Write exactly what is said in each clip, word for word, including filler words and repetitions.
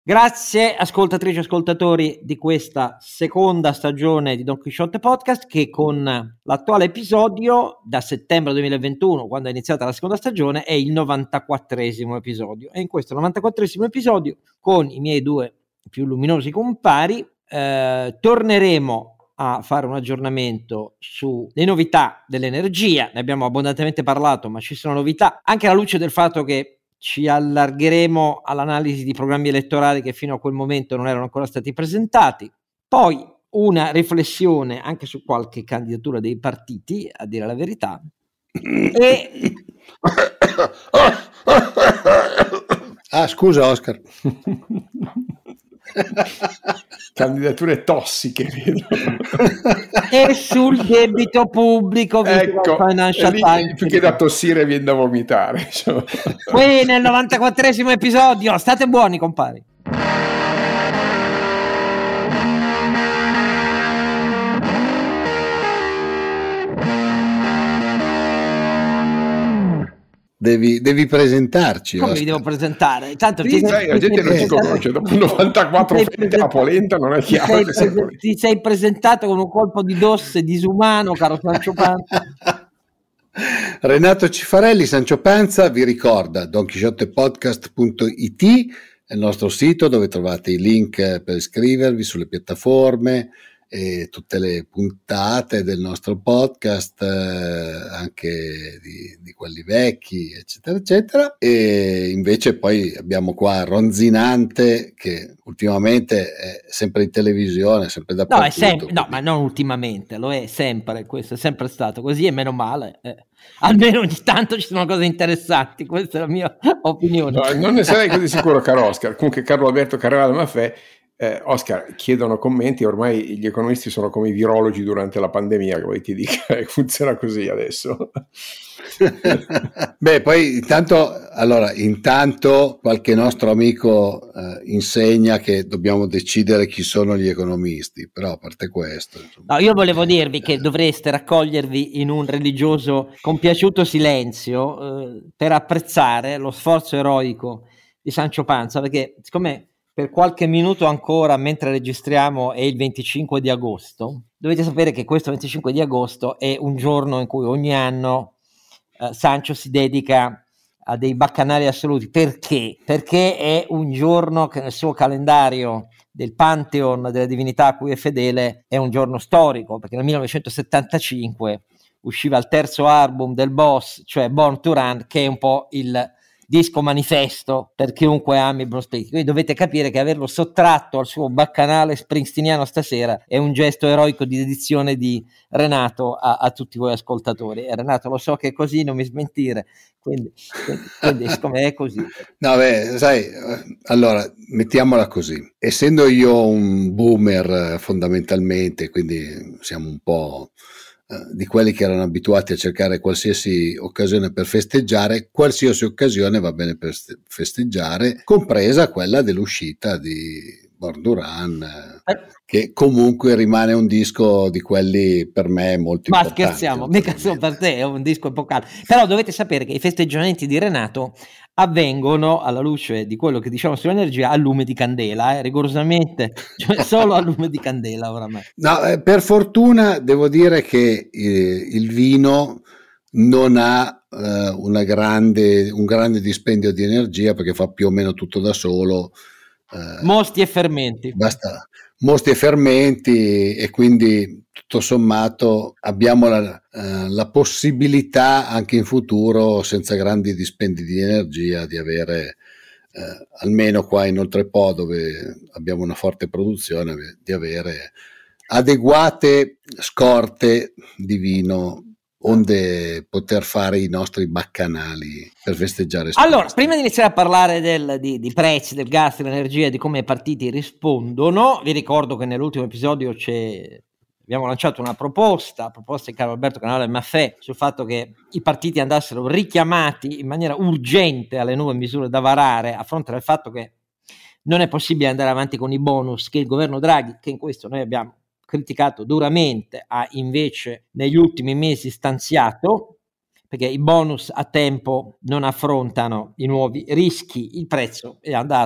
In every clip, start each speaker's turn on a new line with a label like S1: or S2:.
S1: Grazie ascoltatrici e ascoltatori di questa seconda stagione di Don Chisciotte Podcast, che con l'attuale episodio da settembre duemilaventuno, quando è iniziata la seconda stagione, è il novantaquattresimo episodio, e in questo novantaquattresimo episodio con i miei due più luminosi compari eh, torneremo a fare un aggiornamento sulle novità dell'energia. Ne abbiamo abbondantemente parlato, ma ci sono novità anche alla luce del fatto che ci allargheremo all'analisi di programmi elettorali che fino a quel momento non erano ancora stati presentati. Poi una riflessione anche su qualche candidatura dei partiti, a dire la verità. E
S2: ah, scusa Oscar.
S3: Candidature tossiche, vedo.
S1: E sul debito pubblico,
S3: ecco, Financial Times, più che da tossire viene da vomitare.
S1: Qui nel novantaquattresimo episodio, state buoni compari.
S2: Devi, devi presentarci.
S1: Come
S2: Oscar.
S1: vi devo presentare? Tanto
S3: sì,
S1: ti
S3: sai, la gente non ci conosce. Dopo novantaquattro fette la polenta non è chiaro.
S1: Ti sei, prese- ti sei presentato con un colpo di dosse disumano, caro Sancio Panza.
S2: Renato Cifarelli, Sancio Panza, vi ricorda don chisciotte podcast punto it è il nostro sito dove trovate i link per iscrivervi sulle piattaforme e tutte le puntate del nostro podcast, eh, anche di, di quelli vecchi, eccetera, eccetera. E invece poi abbiamo qua Ronzinante, che ultimamente è sempre in televisione, sempre dappertutto.
S1: No, è sempre, no, ma non ultimamente, lo è sempre, questo è sempre stato così e meno male. Eh. Almeno ogni tanto ci sono cose interessanti, questa è la mia opinione.
S3: No, non ne sarei così sicuro, caro Oscar. Comunque Carlo Alberto Carrara Maffè, eh, Oscar, chiedono commenti, ormai gli economisti sono come i virologi durante la pandemia, che vuoi ti dica, funziona così adesso.
S2: Beh, poi intanto, allora, intanto qualche nostro amico eh, insegna che dobbiamo decidere chi sono gli economisti, però a parte questo... Insomma,
S1: no, io volevo dirvi eh, che dovreste raccogliervi in un religioso compiaciuto silenzio eh, per apprezzare lo sforzo eroico di Sancio Panza, perché siccome per qualche minuto ancora, mentre registriamo, è il venticinque di agosto, dovete sapere che questo venticinque di agosto è un giorno in cui ogni anno Uh, Sancio si dedica a dei baccanali assoluti. Perché? Perché è un giorno che nel suo calendario del Pantheon delle divinità a cui è fedele è un giorno storico, perché nel millenovecentosettantacinque usciva il terzo album del boss, cioè Born to Run, che è un po' il disco manifesto per chiunque ami Bruce Springsteen. Quindi dovete capire che averlo sottratto al suo baccanale springsteeniano stasera è un gesto eroico di dedizione di Renato a, a tutti voi ascoltatori. E Renato, lo so che è così, non mi smentire, quindi, quindi, quindi siccome è così.
S2: No, beh, sai, allora mettiamola così, essendo io un boomer fondamentalmente, quindi siamo un po' di quelli che erano abituati a cercare qualsiasi occasione per festeggiare, qualsiasi occasione va bene per festeggiare, compresa quella dell'uscita di Born to Run, che comunque rimane un disco di quelli per me molto
S1: ma
S2: importanti.
S1: Ma scherziamo, mica solo per te, è un disco epocale. Però dovete sapere che i festeggiamenti di Renato avvengono, alla luce di quello che diciamo sull'energia, a lume di candela, eh, rigorosamente, cioè solo a lume di candela oramai.
S2: No, eh, per fortuna devo dire che eh, il vino non ha eh, una grande, un grande dispendio di energia, perché fa più o meno tutto da solo.
S1: Eh, mosti e fermenti.
S2: Basta, mosti e fermenti, e quindi tutto sommato abbiamo la, eh, la possibilità anche in futuro, senza grandi dispendi di energia, di avere eh, almeno qua in Oltrepo, dove abbiamo una forte produzione, di avere adeguate scorte di vino onde poter fare i nostri baccanali per festeggiare.
S1: Allora, prima di iniziare a parlare del, di, di prezzi del gas, dell'energia e di come i partiti rispondono, vi ricordo che nell'ultimo episodio c'è, abbiamo lanciato una proposta, proposta di Carlo Alberto Canale Maffè, sul fatto che i partiti andassero richiamati in maniera urgente alle nuove misure da varare, a fronte del fatto che non è possibile andare avanti con i bonus che il governo Draghi, che in questo noi abbiamo criticato duramente, ha invece negli ultimi mesi stanziato, perché i bonus a tempo non affrontano i nuovi rischi, il prezzo è andato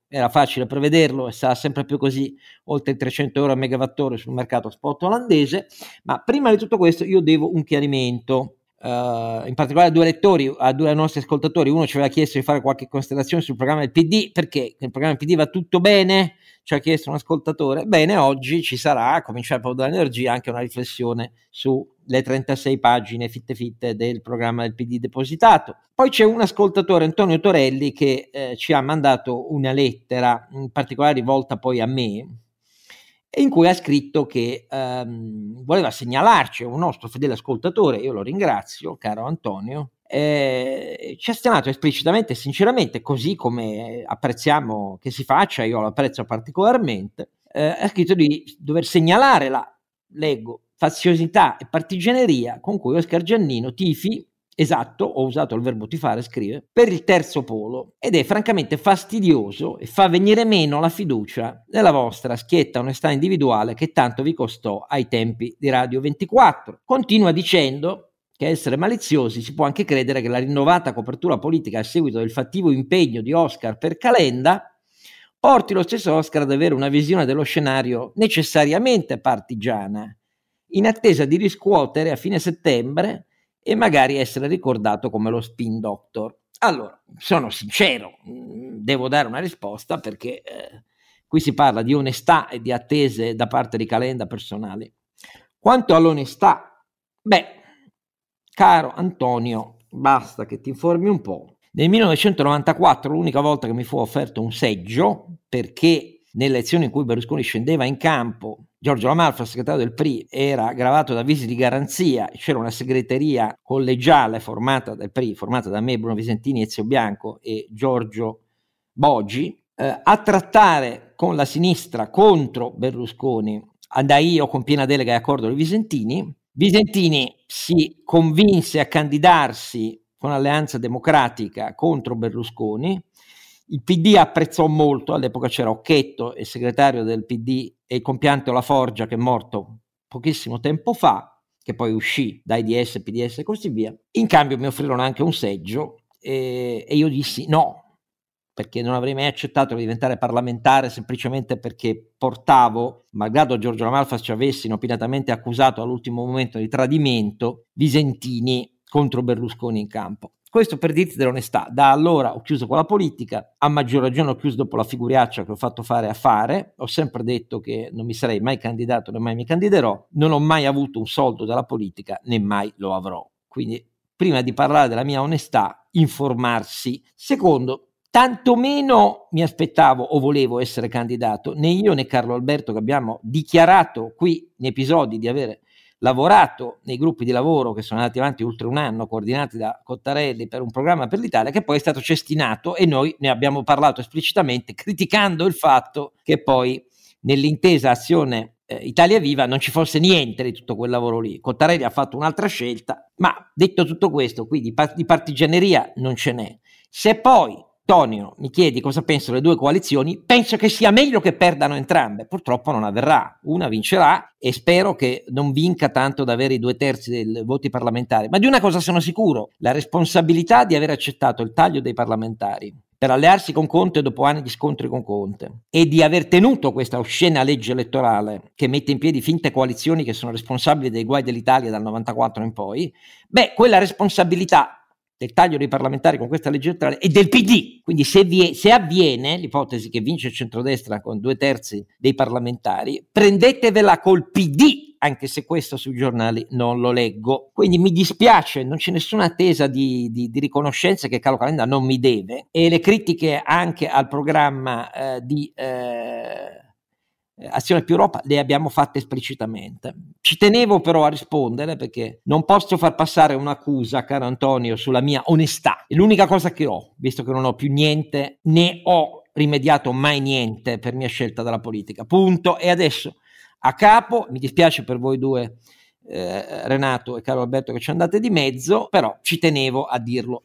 S1: era facile prevederlo e sarà sempre più così, oltre trecento euro a megawattora sul mercato spot olandese. Ma prima di tutto questo io devo un chiarimento. Uh, in particolare a due lettori, a due nostri ascoltatori. Uno ci aveva chiesto di fare qualche considerazione sul programma del P D, perché nel programma del P D va tutto bene, ci ha chiesto un ascoltatore. Bene, oggi ci sarà, a cominciare proprio dall'energia, anche una riflessione sulle trentasei pagine fitte fitte del programma del P D depositato. Poi c'è un ascoltatore, Antonio Torelli, che eh, ci ha mandato una lettera, in particolare rivolta poi a me, in cui ha scritto che ehm, voleva segnalarci un nostro fedele ascoltatore, io lo ringrazio, caro Antonio, eh, ci ha segnalato esplicitamente e sinceramente, così come apprezziamo che si faccia, io lo apprezzo particolarmente, eh, ha scritto di dover segnalare la, leggo, faziosità e partigianeria con cui Oscar Giannino tifi, esatto, ho usato il verbo tifare, scrive, per il terzo polo, ed è francamente fastidioso e fa venire meno la fiducia nella vostra schietta onestà individuale che tanto vi costò ai tempi di Radio ventiquattro. Continua dicendo che a essere maliziosi si può anche credere che la rinnovata copertura politica a seguito del fattivo impegno di Oscar per Calenda porti lo stesso Oscar ad avere una visione dello scenario necessariamente partigiana, in attesa di riscuotere a fine settembre e magari essere ricordato come lo spin doctor. Allora, sono sincero, devo dare una risposta perché eh, qui si parla di onestà e di attese da parte di Calenda personali. Quanto all'onestà, beh, caro Antonio, basta che ti informi un po'. Nel millenovecentonovantaquattro, l'unica volta che mi fu offerto un seggio, perché nelle elezioni in cui Berlusconi scendeva in campo, Giorgio La Malfa, segretario del P R I, era gravato da avvisi di garanzia, c'era una segreteria collegiale formata dal P R I, formata da me, Bruno Visentini, Ezio Bianco e Giorgio Boggi, eh, a trattare con la sinistra contro Berlusconi, andai io con piena delega e accordo di Visentini. Visentini si convinse a candidarsi con Alleanza Democratica contro Berlusconi. Il P D apprezzò molto, all'epoca c'era Occhetto, il segretario del P D, e il compianto La Forgia, che è morto pochissimo tempo fa, che poi uscì dai D S, P D S e così via. In cambio mi offrirono anche un seggio e, e io dissi no, perché non avrei mai accettato di diventare parlamentare semplicemente perché portavo, malgrado Giorgio La Malfa ci avessi inopinatamente accusato all'ultimo momento di tradimento, Visentini contro Berlusconi in campo. Questo per dirti dell'onestà. Da allora ho chiuso con la politica, a maggior ragione ho chiuso dopo la figuriaccia che ho fatto fare a Fare. Ho sempre detto che non mi sarei mai candidato, né mai mi candiderò, non ho mai avuto un soldo dalla politica, né mai lo avrò. Quindi prima di parlare della mia onestà, informarsi. Secondo, tantomeno mi aspettavo o volevo essere candidato, né io né Carlo Alberto, che abbiamo dichiarato qui in episodi di avere lavorato nei gruppi di lavoro che sono andati avanti oltre un anno, coordinati da Cottarelli per un programma per l'Italia, che poi è stato cestinato e noi ne abbiamo parlato esplicitamente, criticando il fatto che poi nell'intesa azione eh, Italia Viva non ci fosse niente di tutto quel lavoro lì. Cottarelli ha fatto un'altra scelta, ma detto tutto questo, qui di, di partigianeria non ce n'è. Se poi Antonio mi chiedi cosa penso delle due coalizioni, penso che sia meglio che perdano entrambe. Purtroppo non avverrà, una vincerà e spero che non vinca tanto da avere i due terzi dei voti parlamentari, ma di una cosa sono sicuro: la responsabilità di aver accettato il taglio dei parlamentari per allearsi con Conte dopo anni di scontri con Conte e di aver tenuto questa oscena legge elettorale che mette in piedi finte coalizioni che sono responsabili dei guai dell'Italia dal novantaquattro in poi, beh, quella responsabilità del taglio dei parlamentari con questa legge elettorale e del P D. Quindi se, vi, se avviene l'ipotesi che vince il centrodestra con due terzi dei parlamentari, prendetevela col P D, anche se questo sui giornali non lo leggo. Quindi mi dispiace, non c'è nessuna attesa di, di, di riconoscenza che Carlo Calenda non mi deve, e le critiche anche al programma eh, di eh, Azione più Europa le abbiamo fatte esplicitamente. Ci tenevo però a rispondere perché non posso far passare un'accusa, caro Antonio, sulla mia onestà. È l'unica cosa che ho, visto che non ho più niente, né ho rimediato mai niente per mia scelta dalla politica. Punto. E adesso a capo, mi dispiace per voi due, eh, Renato e caro Alberto, che ci andate di mezzo, però ci tenevo a dirlo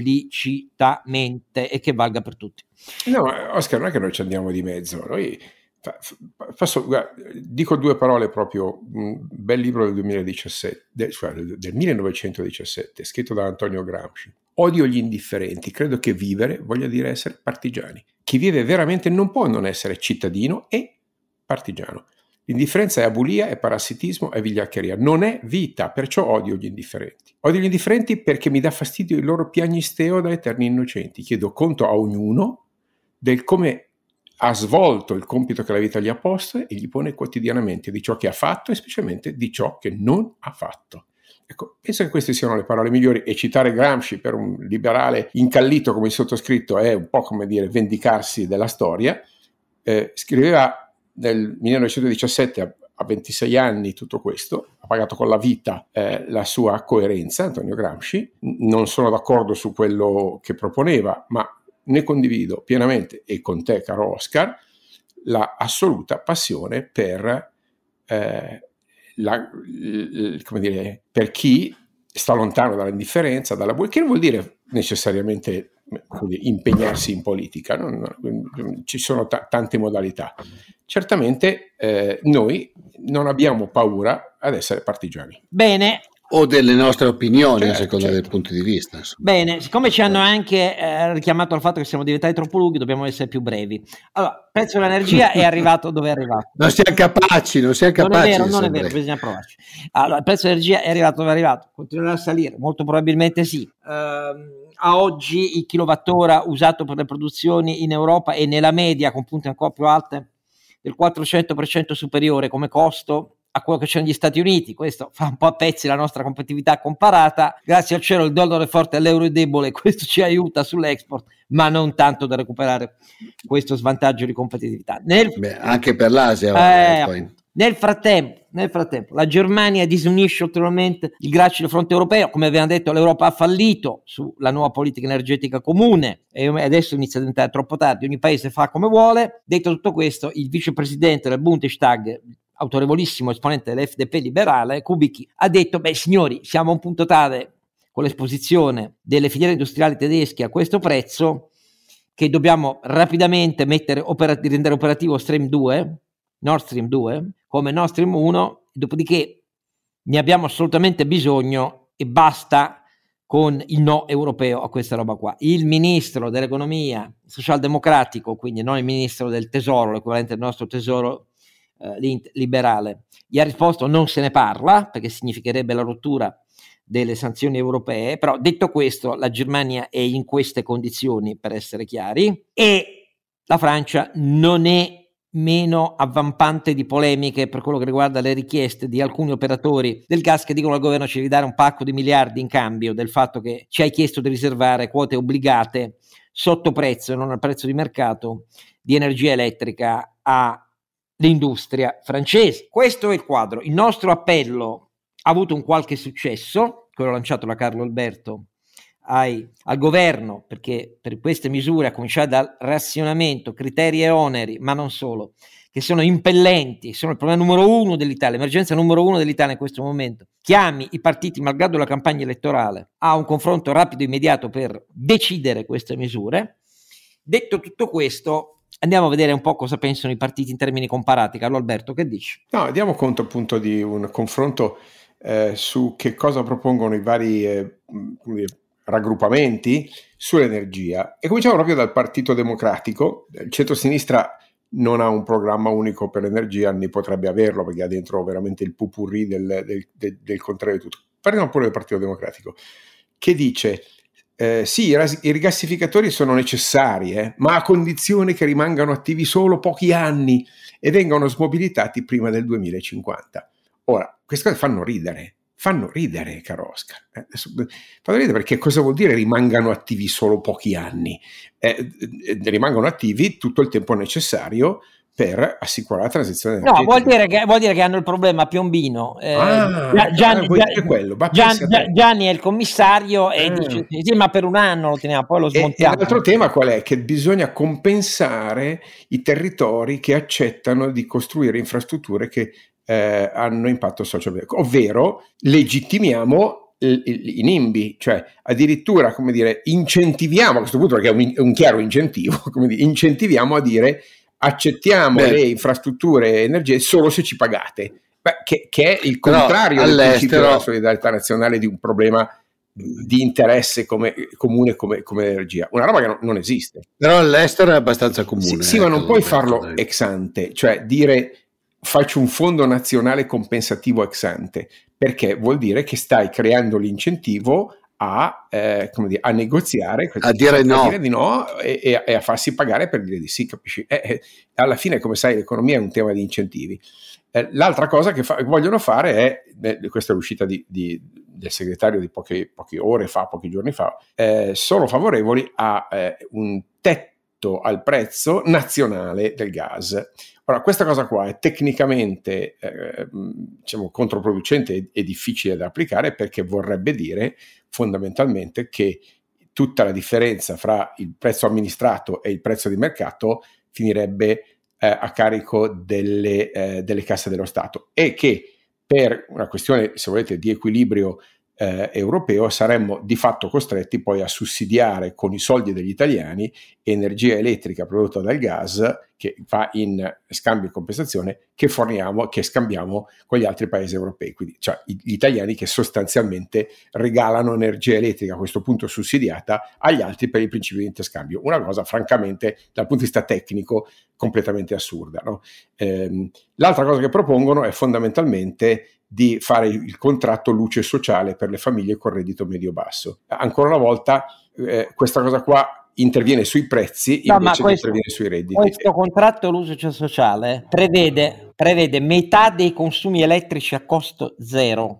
S1: esplicitamente e che valga per tutti.
S3: No, Oscar, non è che noi ci andiamo di mezzo, noi Passo, guarda, dico due parole proprio. Un bel libro del duemiladiciassette, del, del millenovecentodiciassette, scritto da Antonio Gramsci, Odio gli indifferenti, credo che vivere voglia dire essere partigiani. Chi vive veramente non può non essere cittadino e partigiano. L'indifferenza è abulia, è parassitismo, è vigliaccheria, non è vita, perciò odio gli indifferenti. Odio gli indifferenti perché mi dà fastidio il loro piagnisteo da eterni innocenti. Chiedo conto a ognuno del come ha svolto il compito che la vita gli ha posto e gli pone quotidianamente di ciò che ha fatto e specialmente di ciò che non ha fatto. Ecco, penso che queste siano le parole migliori, e citare Gramsci per un liberale incallito come il sottoscritto è un po' come dire vendicarsi della storia. Eh, scriveva nel millenovecentodiciassette, a, a ventisei anni, tutto questo, ha pagato con la vita eh, la sua coerenza, Antonio Gramsci. Non sono d'accordo su quello che proponeva, ma ne condivido pienamente, e con te, caro Oscar, la assoluta passione per eh, La, come dire, per chi sta lontano dall'indifferenza, dalla buia, che non vuol dire necessariamente dire, impegnarsi in politica, no? No, ci sono t- tante modalità. Certamente eh, noi non abbiamo paura ad essere partigiani.
S1: Bene.
S2: O delle nostre opinioni, certo, a seconda certo. del punto di vista. Insomma.
S1: Bene, siccome ci hanno anche eh, richiamato al fatto che siamo diventati troppo lunghi, dobbiamo essere più brevi. Allora, il prezzo dell'energia è arrivato dove è arrivato.
S2: Non siamo capaci, non siamo capaci.
S1: Non è vero, non è vero, bisogna provarci. Allora, il prezzo dell'energia è arrivato dove è arrivato, continuerà a salire, molto probabilmente sì. Uh, a oggi il kilowattora usato per le produzioni in Europa è nella media, con punte ancora più alte, del quattrocento per cento superiore come costo a quello che c'è negli Stati Uniti. Questo fa un po' a pezzi la nostra competitività comparata. Grazie al cielo il dollaro è forte, l'euro è debole, questo ci aiuta sull'export, ma non tanto da recuperare questo svantaggio di competitività. Nel,
S2: Beh, anche per l'Asia.
S1: Eh,
S2: poi.
S1: Nel frattempo, nel frattempo, la Germania disunisce ulteriormente il gracido fronte europeo. Come abbiamo detto, l'Europa ha fallito sulla nuova politica energetica comune e adesso inizia a diventare troppo tardi. Ogni paese fa come vuole. Detto tutto questo, il vicepresidente del Bundestag, autorevolissimo esponente dell'F D P liberale, Kubicki, ha detto: beh signori, siamo a un punto tale con l'esposizione delle filiere industriali tedesche a questo prezzo che dobbiamo rapidamente mettere opera- rendere operativo Stream due, Nord Stream due, come Nord Stream uno, dopodiché ne abbiamo assolutamente bisogno e basta con il no europeo a questa roba qua. Il ministro dell'economia socialdemocratico, quindi non il ministro del tesoro, l'equivalente del nostro tesoro liberale, gli ha risposto: non se ne parla, perché significherebbe la rottura delle sanzioni europee. Però detto questo, la Germania è in queste condizioni, per essere chiari, e la Francia non è meno avvampante di polemiche per quello che riguarda le richieste di alcuni operatori del gas che dicono al governo: ci devi dare un pacco di miliardi in cambio del fatto che ci hai chiesto di riservare quote obbligate sotto prezzo e non al prezzo di mercato di energia elettrica a l'industria francese. Questo è il quadro. Il nostro appello ha avuto un qualche successo, quello lanciato da Carlo Alberto ai, al governo, perché per queste misure, a cominciare dal razionamento, criteri e oneri, ma non solo, che sono impellenti, sono il problema numero uno dell'Italia, l'emergenza numero uno dell'Italia in questo momento, chiami i partiti, malgrado la campagna elettorale, a un confronto rapido e immediato per decidere queste misure. Detto tutto questo, andiamo a vedere un po' cosa pensano i partiti in termini comparati. Carlo Alberto, che dici?
S3: No, diamo conto appunto di un confronto eh, su che cosa propongono i vari eh, come dire, raggruppamenti sull'energia, e cominciamo proprio dal Partito Democratico. Il centro-sinistra non ha un programma unico per l'energia, né potrebbe averlo perché ha dentro veramente il pupurri del, del, del, del contrario di tutto. Parliamo pure del Partito Democratico, che dice: Eh, sì, i, ras- i rigassificatori sono necessari, eh, ma a condizione che rimangano attivi solo pochi anni e vengano smobilitati prima del duemilacinquanta. Ora, queste cose fanno ridere, fanno ridere, caro Oscar. Eh, adesso, fanno ridere perché cosa vuol dire rimangano attivi solo pochi anni? Eh, eh, rimangono attivi tutto il tempo necessario per assicurare la transizione energetica.
S1: No, vuol dire che, vuol dire che hanno il problema Piombino. Eh,
S3: ah,
S1: Gianni,
S3: vuol dire quello.
S1: Gianni, Gianni è il commissario e ah. dice sì, ma per un anno lo teniamo, poi lo smontiamo.
S3: E, e l'altro tema qual è? Che bisogna compensare i territori che accettano di costruire infrastrutture che eh, hanno impatto socio-economico, ovvero legittimiamo i NIMBY, cioè addirittura, come dire, incentiviamo a questo punto, perché è un, un chiaro incentivo, come dire, incentiviamo a dire accettiamo Beh. le infrastrutture energetiche solo se ci pagate. Beh, che, che è il contrario del principio della solidarietà nazionale, di un problema di interesse come, comune come, come energia, una roba che non, non esiste.
S2: Però all'estero è abbastanza comune.
S3: Sì, sì, ma non puoi farlo ex ante, cioè dire faccio un fondo nazionale compensativo ex ante, perché vuol dire che stai creando l'incentivo a, eh, come dire, a negoziare,
S2: a dire no,
S3: a dire di no e, e, e a farsi pagare per dire di sì, capisci? Eh, eh, alla fine, come sai, l'economia è un tema di incentivi. Eh, l'altra cosa che, fa, che vogliono fare è, eh, questa è l'uscita di, di, del segretario di poche, poche ore fa, pochi giorni fa, eh, sono favorevoli a eh, un tetto al prezzo nazionale del gas. Ora, questa cosa qua è tecnicamente eh, diciamo, controproducente e, e difficile da applicare, perché vorrebbe dire fondamentalmente che tutta la differenza fra il prezzo amministrato e il prezzo di mercato finirebbe eh, a carico delle, eh, delle casse dello Stato, e che per una questione, se volete, di equilibrio eh, europeo saremmo di fatto costretti poi a sussidiare con i soldi degli italiani energia elettrica prodotta dal gas, che va in scambio e compensazione, che forniamo, che scambiamo con gli altri paesi europei, quindi cioè gli italiani che sostanzialmente regalano energia elettrica, a questo punto sussidiata, agli altri per il principio di interscambio. Una cosa francamente dal punto di vista tecnico completamente assurda, no? Ehm, l'altra cosa che propongono è fondamentalmente di fare il contratto luce sociale per le famiglie con reddito medio-basso. Ancora una volta eh, questa cosa qua interviene sui prezzi
S1: no,
S3: invece
S1: questo,
S3: che interviene sui redditi.
S1: Questo contratto luce sociale prevede, prevede metà dei consumi elettrici a costo zero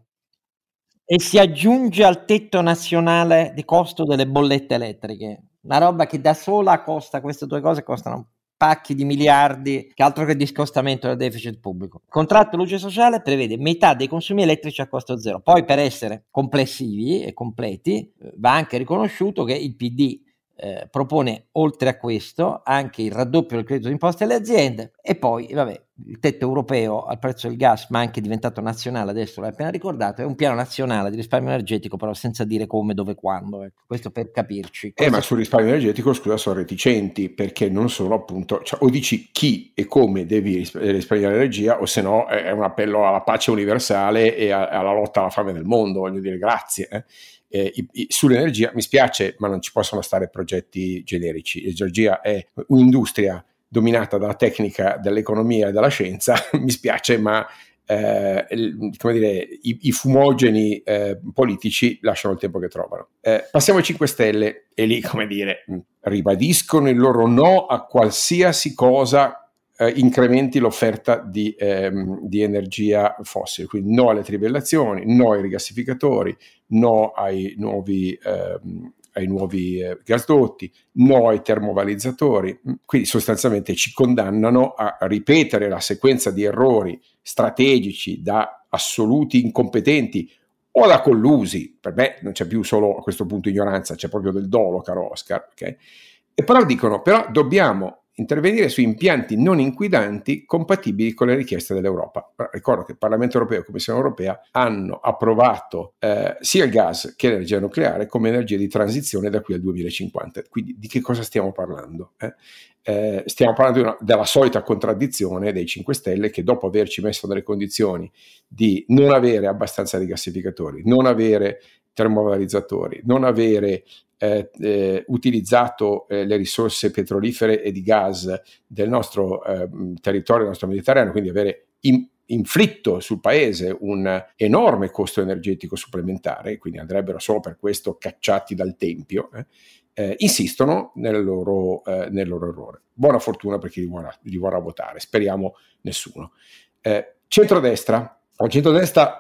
S1: e si aggiunge al tetto nazionale di costo delle bollette elettriche, una roba che da sola costa, queste due cose costano pacchi di miliardi, che altro che discostamento del deficit pubblico. Il contratto luce sociale prevede metà dei consumi elettrici a costo zero. Poi, per essere complessivi e completi, va anche riconosciuto che il P D eh, propone, oltre a questo, anche il raddoppio del credito d'imposta alle aziende, e poi, vabbè, il tetto europeo al prezzo del gas, ma anche diventato nazionale, adesso l'hai appena ricordato, è un piano nazionale di risparmio energetico, però senza dire come, dove, quando, ecco. Questo per capirci.
S3: Eh, ma sul risparmio energetico, scusa, sono reticenti, perché non sono appunto, cioè, o dici chi e come devi risparmiare energia, o se no è un appello alla pace universale e a, alla lotta alla fame del mondo, voglio dire, grazie. Eh. Eh, i, i, sull'energia mi spiace, ma non ci possono stare progetti generici. L'energia è un'industria dominata dalla tecnica, dall'economia e dalla scienza, mi spiace, ma eh, come dire, i, i fumogeni eh, politici lasciano il tempo che trovano. Eh, passiamo ai cinque Stelle, e lì, come dire, ribadiscono il loro no a qualsiasi cosa eh, incrementi l'offerta di, ehm, di energia fossile, quindi no alle trivellazioni, no ai rigassificatori, no ai nuovi ehm, ai nuovi eh, gasdotti, no ai termovalizzatori. Quindi sostanzialmente ci condannano a ripetere la sequenza di errori strategici da assoluti incompetenti o da collusi. Per me non c'è più solo a questo punto ignoranza, c'è proprio del dolo, caro Oscar. Okay? E però dicono, però dobbiamo intervenire su impianti non inquinanti compatibili con le richieste dell'Europa. Ricordo che il Parlamento europeo e la Commissione europea hanno approvato eh, sia il gas che l'energia nucleare come energia di transizione da qui al duemilacinquanta. Quindi di che cosa stiamo parlando? Eh? Eh, stiamo parlando di una, della solita contraddizione dei cinque Stelle, che dopo averci messo nelle condizioni di non avere abbastanza rigassificatori, non avere termovalorizzatori, non avere Eh, eh, utilizzato eh, le risorse petrolifere e di gas del nostro eh, territorio, del nostro Mediterraneo, quindi avere in, inflitto sul paese un enorme costo energetico supplementare, quindi andrebbero solo per questo cacciati dal tempio, eh, eh, insistono nel loro, eh, nel loro errore. Buona fortuna per chi li vorrà, li vorrà votare, speriamo nessuno. Eh, centrodestra, il centrodestra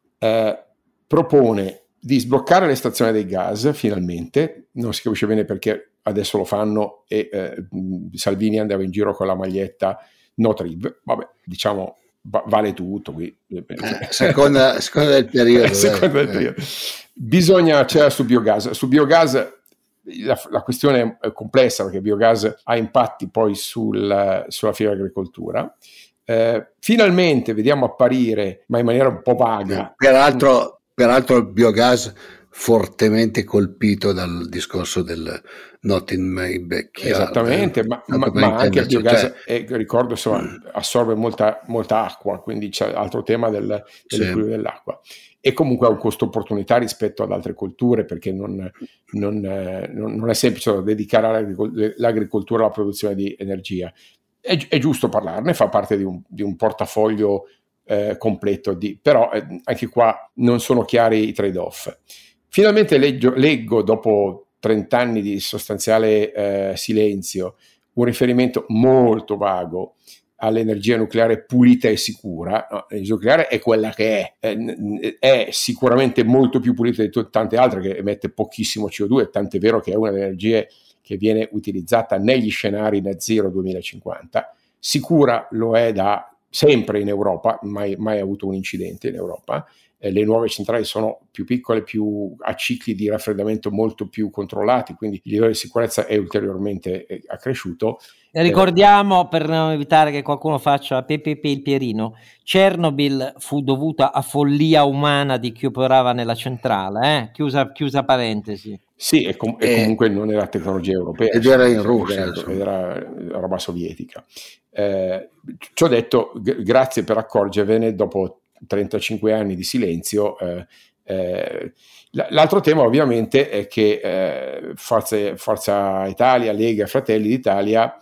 S3: eh, propone di sbloccare le stazioni dei gas, finalmente. Non si capisce bene perché adesso lo fanno e eh, Salvini andava in giro con la maglietta no triv. Vabbè, diciamo, va- vale tutto qui.
S2: Eh, seconda, seconda del periodo.
S3: seconda del periodo. Bisogna, c'era su biogas. Su biogas la, la questione è complessa, perché il biogas ha impatti poi sul, sulla filiera agricoltura. Eh, finalmente vediamo apparire, ma in maniera un po' vaga.
S2: Peraltro... Peraltro il biogas fortemente colpito dal discorso del not in my backyard.
S3: Esattamente, ma, ma, ma anche il biogas, cioè, eh, ricordo, insomma, mm. assorbe molta, molta acqua, quindi c'è altro tema del, dell'equilibrio sì. dell'acqua. E comunque ha un costo opportunità rispetto ad altre colture, perché non, non, eh, non è semplice da dedicare all'agricoltura, l'agricoltura alla produzione di energia. È, è giusto parlarne, fa parte di un, di un portafoglio eh, completo, di, però eh, anche qua non sono chiari i trade-off. Finalmente leggo, leggo dopo trenta anni di sostanziale eh, silenzio, un riferimento molto vago all'energia nucleare pulita e sicura. No, l'energia nucleare è quella che è, è, è sicuramente molto più pulita di t- tante altre, che emette pochissimo C O due, tant'è vero che è una delle energie che viene utilizzata negli scenari net zero duemilacinquanta. Sicura lo è da sempre in Europa, mai, mai avuto un incidente in Europa. Eh, le nuove centrali sono più piccole, più a cicli di raffreddamento molto più controllati, quindi il livello di sicurezza è ulteriormente eh, accresciuto.
S1: Ricordiamo, per non evitare che qualcuno faccia P P P il Pierino, Chernobyl fu dovuta a follia umana di chi operava nella centrale, eh? chiusa, chiusa parentesi.
S3: Sì, e, com- e comunque non era tecnologia europea.
S2: Ed era in Russia.
S3: Era, era roba sovietica. Eh, ci ho detto, g- grazie per accorgervene dopo trentacinque anni di silenzio. Eh, eh, l'altro tema ovviamente è che eh, Forza, Forza Italia, Lega, Fratelli d'Italia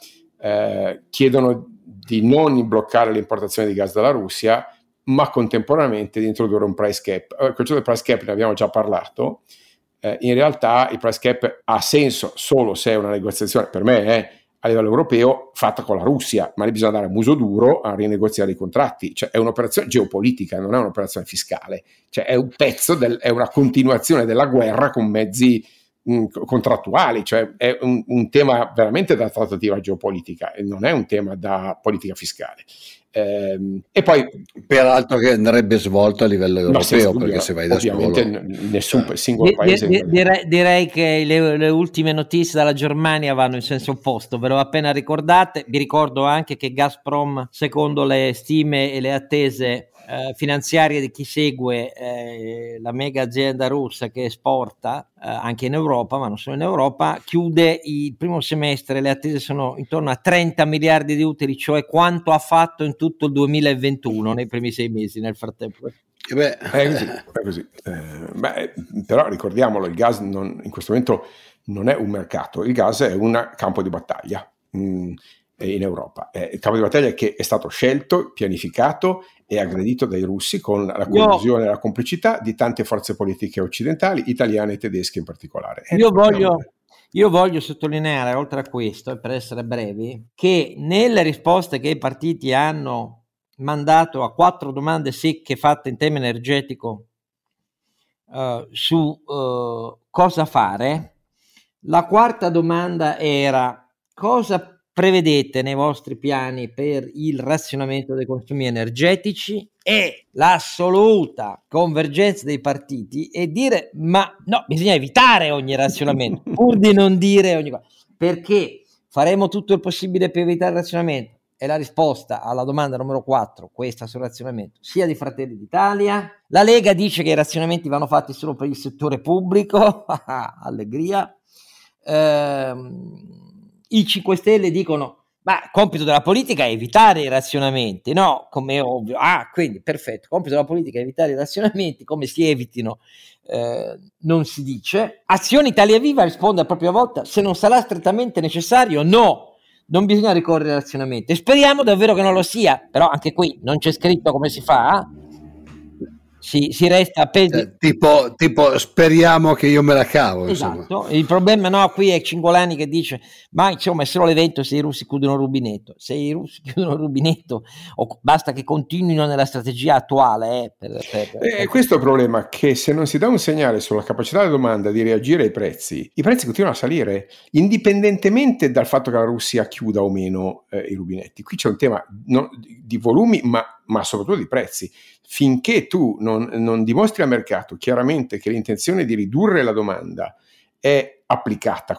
S3: eh, chiedono di non bloccare l'importazione di gas dalla Russia, ma contemporaneamente di introdurre un price cap. Il concetto del price cap ne abbiamo già parlato. Eh, in realtà il price cap ha senso solo se è una negoziazione, per me è a livello europeo, fatta con la Russia, ma lì bisogna andare a muso duro a rinegoziare i contratti. Cioè è un'operazione geopolitica, non è un'operazione fiscale, cioè è un pezzo del, è una continuazione della guerra con mezzi mh, contrattuali, cioè è un, un tema veramente da trattativa geopolitica e non è un tema da politica fiscale. Ehm, e poi
S2: peraltro che andrebbe svolto a livello europeo, perché se vai da
S3: ovviamente
S2: solo
S3: n- nessun eh. singolo paese
S1: di, di, direi, direi che le, le ultime notizie dalla Germania vanno in senso opposto, ve l'ho appena ricordate. Vi ricordo anche che Gazprom, secondo le stime e le attese eh, finanziarie di chi segue eh, la mega azienda russa che esporta eh, anche in Europa, ma non solo in Europa, chiude il primo semestre, le attese sono intorno a trenta miliardi di utili, cioè quanto ha fatto in tutto il duemilaventuno nei primi sei mesi nel frattempo.
S2: E beh.
S3: È così, è così. Eh, beh, però ricordiamolo, il gas non, in questo momento non è un mercato, il gas è un campo di battaglia mh, in Europa. È il campo di battaglia che è stato scelto, pianificato e aggredito dai russi con la collusione e la complicità di tante forze politiche occidentali, italiane e tedesche in particolare.
S1: Io voglio, io voglio sottolineare, oltre a questo, e per essere brevi, che nelle risposte che i partiti hanno mandato a quattro domande secche fatte in tema energetico uh, su uh, cosa fare, la quarta domanda era: cosa prevedete nei vostri piani per il razionamento dei consumi energetici? E l'assoluta convergenza dei partiti è dire: ma no, bisogna evitare ogni razionamento, pur di non dire ogni cosa, perché faremo tutto il possibile per evitare il razionamento. E la risposta alla domanda numero quattro, questa sul razionamento, sia di Fratelli d'Italia. La Lega dice che i razionamenti vanno fatti solo per il settore pubblico, allegria. Ehm, i cinque Stelle dicono: ma compito della politica è evitare i razionamenti, no? Come è ovvio. Ah, quindi perfetto, compito della politica è evitare i razionamenti, come si evitino eh, non si dice. Azione Italia Viva risponde a propria volta: se non sarà strettamente necessario, no, non bisogna ricorrere al razionamento, e speriamo davvero che non lo sia, però anche qui non c'è scritto come si fa. Si, si resta appesi,
S2: eh, tipo, tipo speriamo che io me la cavo,
S1: esatto.
S2: Insomma.
S1: Il problema no qui è Cingolani che dice: ma insomma è solo l'evento se i russi chiudono il rubinetto. Se i russi chiudono il rubinetto o basta che continuino nella strategia attuale eh, per, per, per,
S3: e questo è il problema, che se non si dà un segnale sulla capacità della domanda di reagire ai prezzi, i prezzi continuano a salire indipendentemente dal fatto che la Russia chiuda o meno eh, i rubinetti. Qui c'è un tema no, di volumi ma, ma soprattutto di prezzi. Finché tu non, non dimostri al mercato chiaramente che l'intenzione di ridurre la domanda è applicata con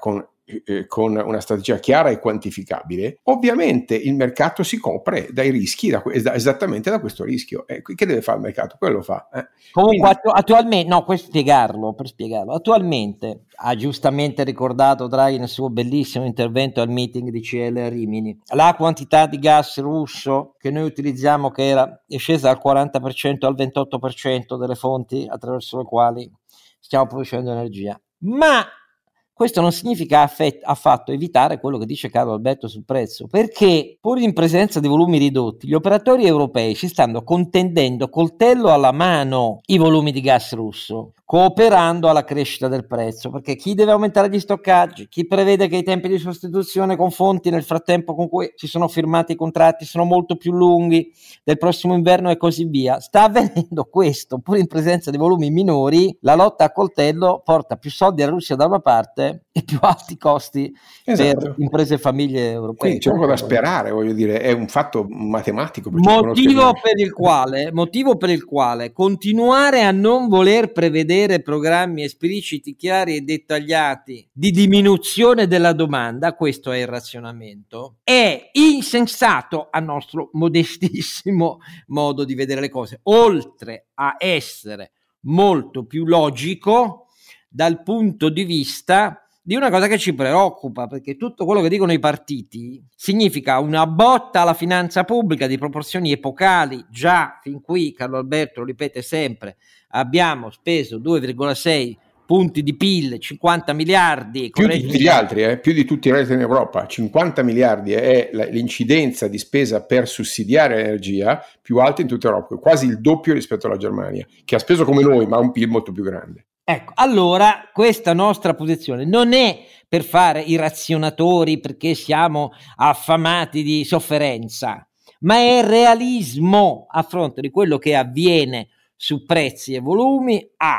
S3: eh, con una strategia chiara e quantificabile, ovviamente il mercato si copre dai rischi, da, esattamente da questo rischio. Eh, che deve fare il mercato? Quello fa. Eh.
S1: Comunque Quindi... attu- attualmente, no, per spiegarlo, per spiegarlo, attualmente ha giustamente ricordato Draghi nel suo bellissimo intervento al meeting di C L a Rimini, la quantità di gas russo che noi utilizziamo, che era è scesa dal quaranta per cento al ventotto per cento delle fonti attraverso le quali stiamo producendo energia, ma questo non significa affet- affatto evitare quello che dice Carlo Alberto sul prezzo, perché pur in presenza di volumi ridotti gli operatori europei si stanno contendendo coltello alla mano i volumi di gas russo, cooperando alla crescita del prezzo, perché chi deve aumentare gli stoccaggi, chi prevede che i tempi di sostituzione con fonti nel frattempo con cui si sono firmati i contratti sono molto più lunghi del prossimo inverno e così via, sta avvenendo questo pur in presenza di volumi minori. La lotta a coltello porta più soldi alla Russia da una parte e più alti costi, esatto, per imprese e famiglie europee.
S3: Quindi c'è poco da sperare, voglio dire, è un fatto matematico.
S1: Motivo per il quale, motivo per il quale continuare a non voler prevedere programmi espliciti, chiari e dettagliati di diminuzione della domanda, questo è il razionamento, è insensato a nostro modestissimo modo di vedere le cose, oltre a essere molto più logico dal punto di vista di una cosa che ci preoccupa, perché tutto quello che dicono i partiti significa una botta alla finanza pubblica di proporzioni epocali. Già fin qui Carlo Alberto lo ripete sempre, abbiamo speso due virgola sei punti di P I L, cinquanta miliardi,
S3: più di tutti gli altri, eh? più di tutti gli altri in Europa. Cinquanta miliardi è l'incidenza di spesa per sussidiare l'energia più alta in tutta Europa, quasi il doppio rispetto alla Germania, che ha speso come noi ma ha un P I L molto più grande.
S1: Ecco, allora questa nostra posizione non è per fare i razionatori perché siamo affamati di sofferenza, ma è realismo a fronte di quello che avviene su prezzi e volumi. A.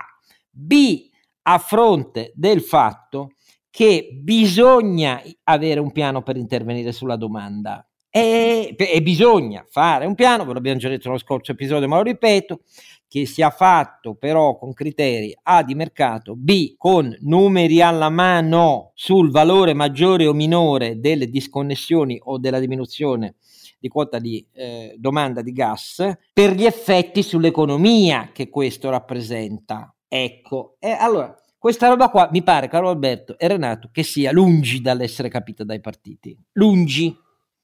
S1: B. A fronte del fatto che bisogna avere un piano per intervenire sulla domanda. E, e bisogna fare un piano, ve l'abbiamo già detto nello scorso episodio, ma lo ripeto, che sia fatto però con criteri A di mercato, B con numeri alla mano sul valore maggiore o minore delle disconnessioni o della diminuzione di quota di eh, domanda di gas per gli effetti sull'economia che questo rappresenta. Ecco, e allora questa roba qua mi pare, caro Alberto e Renato, che sia lungi dall'essere capita dai partiti, lungi.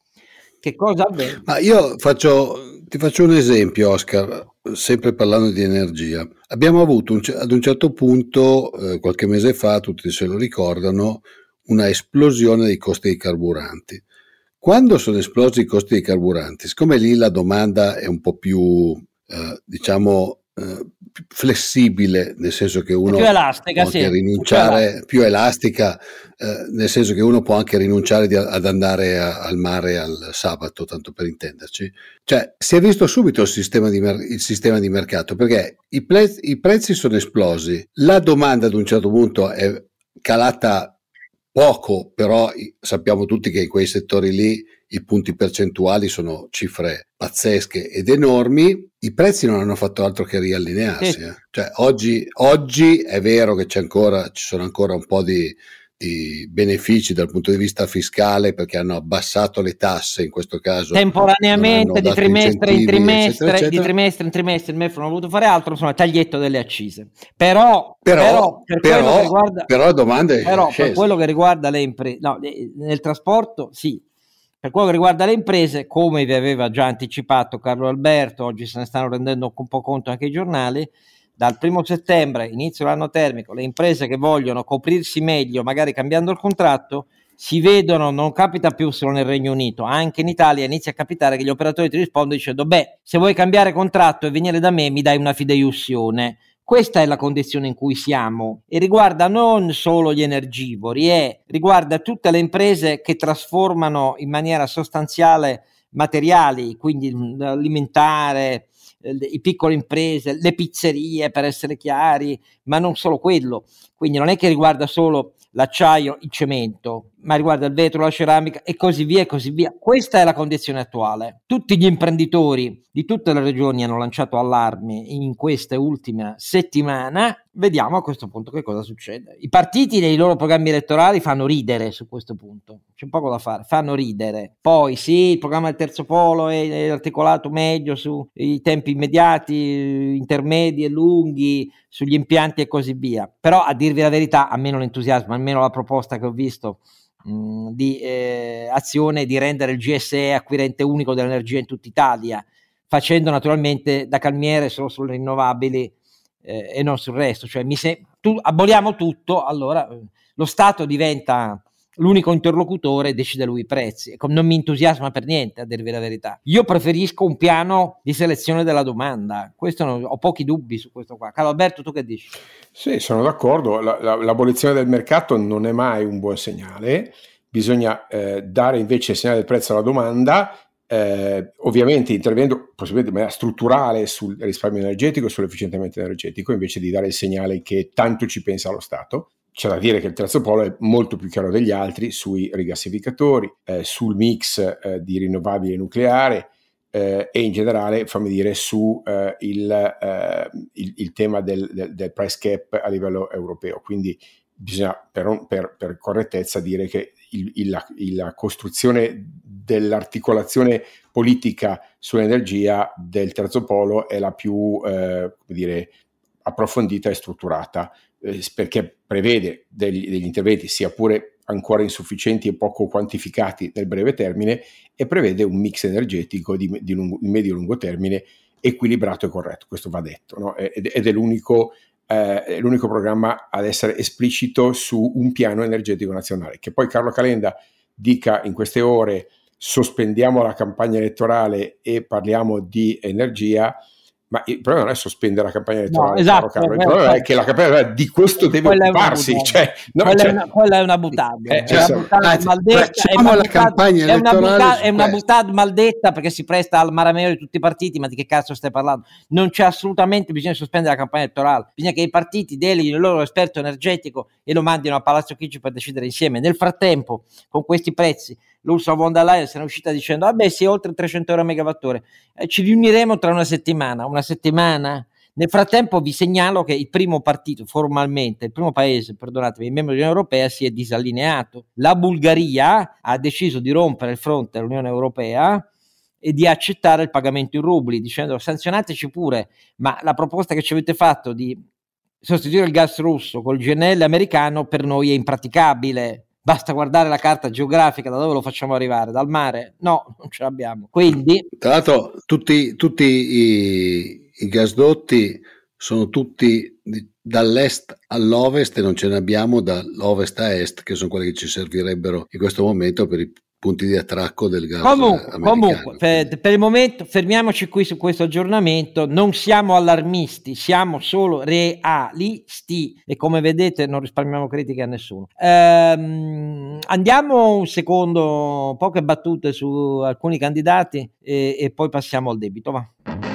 S1: Che cosa avviene?
S2: Ma io faccio, ti faccio un esempio, Oscar, sempre parlando di energia. Abbiamo avuto un, ad un certo punto, eh, qualche mese fa, tutti se lo ricordano, una esplosione dei costi dei carburanti. Quando sono esplosi i costi dei carburanti, siccome lì la domanda è un po' più, eh, diciamo, eh, più flessibile, nel senso che uno
S1: più elastica,
S2: può anche
S1: sì,
S2: rinunciare,
S1: più elastica,
S2: più elastica eh, nel senso che uno può anche rinunciare di, ad andare a, al mare al sabato, tanto per intenderci. Cioè, si è visto subito il sistema di, mer- il sistema di mercato, perché i, pre- i prezzi sono esplosi, la domanda ad un certo punto è calata poco, però sappiamo tutti che in quei settori lì i punti percentuali sono cifre pazzesche ed enormi, i prezzi non hanno fatto altro che riallinearsi.
S1: sì.
S2: Eh. Cioè, oggi, oggi è vero che c'è ancora, ci sono ancora un po' di, di benefici dal punto di vista fiscale, perché hanno abbassato le tasse in questo caso
S1: temporaneamente di trimestre in trimestre,
S2: eccetera, eccetera.
S1: di trimestre in trimestre, il M E F non ha voluto fare altro, insomma, taglietto delle accise. Però,
S2: però,
S1: però, per,
S2: però,
S1: quello che riguarda,
S2: però domande
S1: però
S2: scese.
S1: Per quello che riguarda le imprese, no, nel trasporto sì. Per quello che riguarda le imprese, come vi aveva già anticipato Carlo Alberto, oggi se ne stanno rendendo un po' conto anche i giornali, dal primo settembre, inizio l'anno termico, le imprese che vogliono coprirsi meglio, magari cambiando il contratto, si vedono, non capita più solo nel Regno Unito, anche in Italia inizia a capitare che gli operatori ti rispondono dicendo: beh, se vuoi cambiare contratto e venire da me mi dai una fideiussione. Questa è la condizione in cui siamo e riguarda non solo gli energivori, è, riguarda tutte le imprese che trasformano in maniera sostanziale materiali, quindi alimentare, eh, le piccole imprese, le pizzerie, per essere chiari, ma non solo quello. Quindi non è che riguarda solo l'acciaio, il cemento, ma riguarda il vetro, la ceramica e così via e così via. Questa è la condizione attuale. Tutti gli imprenditori di tutte le regioni hanno lanciato allarmi in queste ultime settimane. Vediamo a questo punto che cosa succede. I partiti nei loro programmi elettorali fanno ridere su questo punto, c'è poco da fare, fanno ridere. Poi sì, il programma del terzo polo è, è articolato meglio sui tempi immediati, intermedi e lunghi, sugli impianti e così via. Però a dirvi la verità, a me non entusiasma, almeno la proposta che ho visto mh, di eh, azione di rendere il G S E acquirente unico dell'energia in tutta Italia, facendo naturalmente da calmiere solo sulle rinnovabili eh, e non sul resto. Cioè mi se- tu, aboliamo tutto, allora eh, lo Stato diventa l'unico interlocutore e decide lui i prezzi. Non mi entusiasma per niente, a dirvi la verità. Io preferisco un piano di selezione della domanda. Questo non, ho pochi dubbi su questo qua. Carlo Alberto, tu che dici?
S3: Sì, sono d'accordo. La, la, l'abolizione del mercato non è mai un buon segnale. Bisogna eh, dare invece il segnale del prezzo alla domanda, eh, ovviamente intervenendo possibilmente in maniera strutturale sul risparmio energetico e sull'efficientamento energetico, invece di dare il segnale che tanto ci pensa lo Stato. C'è da dire che il terzo polo è molto più chiaro degli altri sui rigassificatori, eh, sul mix eh, di rinnovabile nucleare eh, e in generale, fammi dire, su eh, il, eh, il, il tema del, del, del price cap a livello europeo. Quindi bisogna per, per, per correttezza dire che il, il, la, la costruzione dell'articolazione politica sull'energia del terzo polo è la più eh, come dire, approfondita e strutturata, eh, perché prevede degli, degli interventi sia pure ancora insufficienti e poco quantificati nel breve termine, e prevede un mix energetico di, di, lungo, di medio-lungo termine equilibrato e corretto. Questo va detto, no? ed, ed è l'unico eh, è l'unico programma ad essere esplicito su un piano energetico nazionale. Che poi Carlo Calenda dica in queste ore sospendiamo la campagna elettorale e parliamo di energia, ma il problema non è sospendere la campagna elettorale,
S1: no, esatto,
S3: Carlo, il problema è che la campagna elettorale di questo deve
S1: quella
S3: occuparsi.
S1: È
S3: cioè, no,
S1: quella,
S3: cioè,
S1: è una, quella è una butade,
S3: eh,
S1: è una butade maldetta, è una
S2: la campagna
S1: è una
S2: elettorale
S1: butade, è una butade maldetta perché si presta al marameo di tutti i partiti. Ma di che cazzo stai parlando? Non c'è assolutamente bisogno di sospendere la campagna elettorale, bisogna che i partiti deleghino il loro esperto energetico e lo mandino a Palazzo Chigi per decidere insieme. Nel frattempo, con questi prezzi, l'Ursula von der Leyen se ne è uscita dicendo vabbè sì, oltre trecento euro a megawattora, eh, ci riuniremo tra una settimana una settimana. Nel frattempo vi segnalo che il primo partito formalmente, il primo paese, perdonatemi, membro dell'Unione Europea, si è disallineato. La Bulgaria ha deciso di rompere il fronte all'Unione Europea e di accettare il pagamento in rubli, dicendo sanzionateci pure, ma la proposta che ci avete fatto di sostituire il gas russo col G N L americano per noi è impraticabile. Basta guardare la carta geografica, da dove lo facciamo arrivare? Dal mare? No, non ce l'abbiamo. Quindi,
S2: tra l'altro, tutti, tutti i, i gasdotti sono tutti di, dall'est all'ovest, e non ce ne abbiamo dall'ovest a est, che sono quelli che ci servirebbero in questo momento per i punti di attracco del gas
S1: comunque,
S2: americano.
S1: Comunque, per, per il momento fermiamoci qui su questo aggiornamento. Non siamo allarmisti, siamo solo realisti e come vedete non risparmiamo critiche a nessuno. Ehm, andiamo un secondo, poche battute su alcuni candidati e, e poi passiamo al debito, va.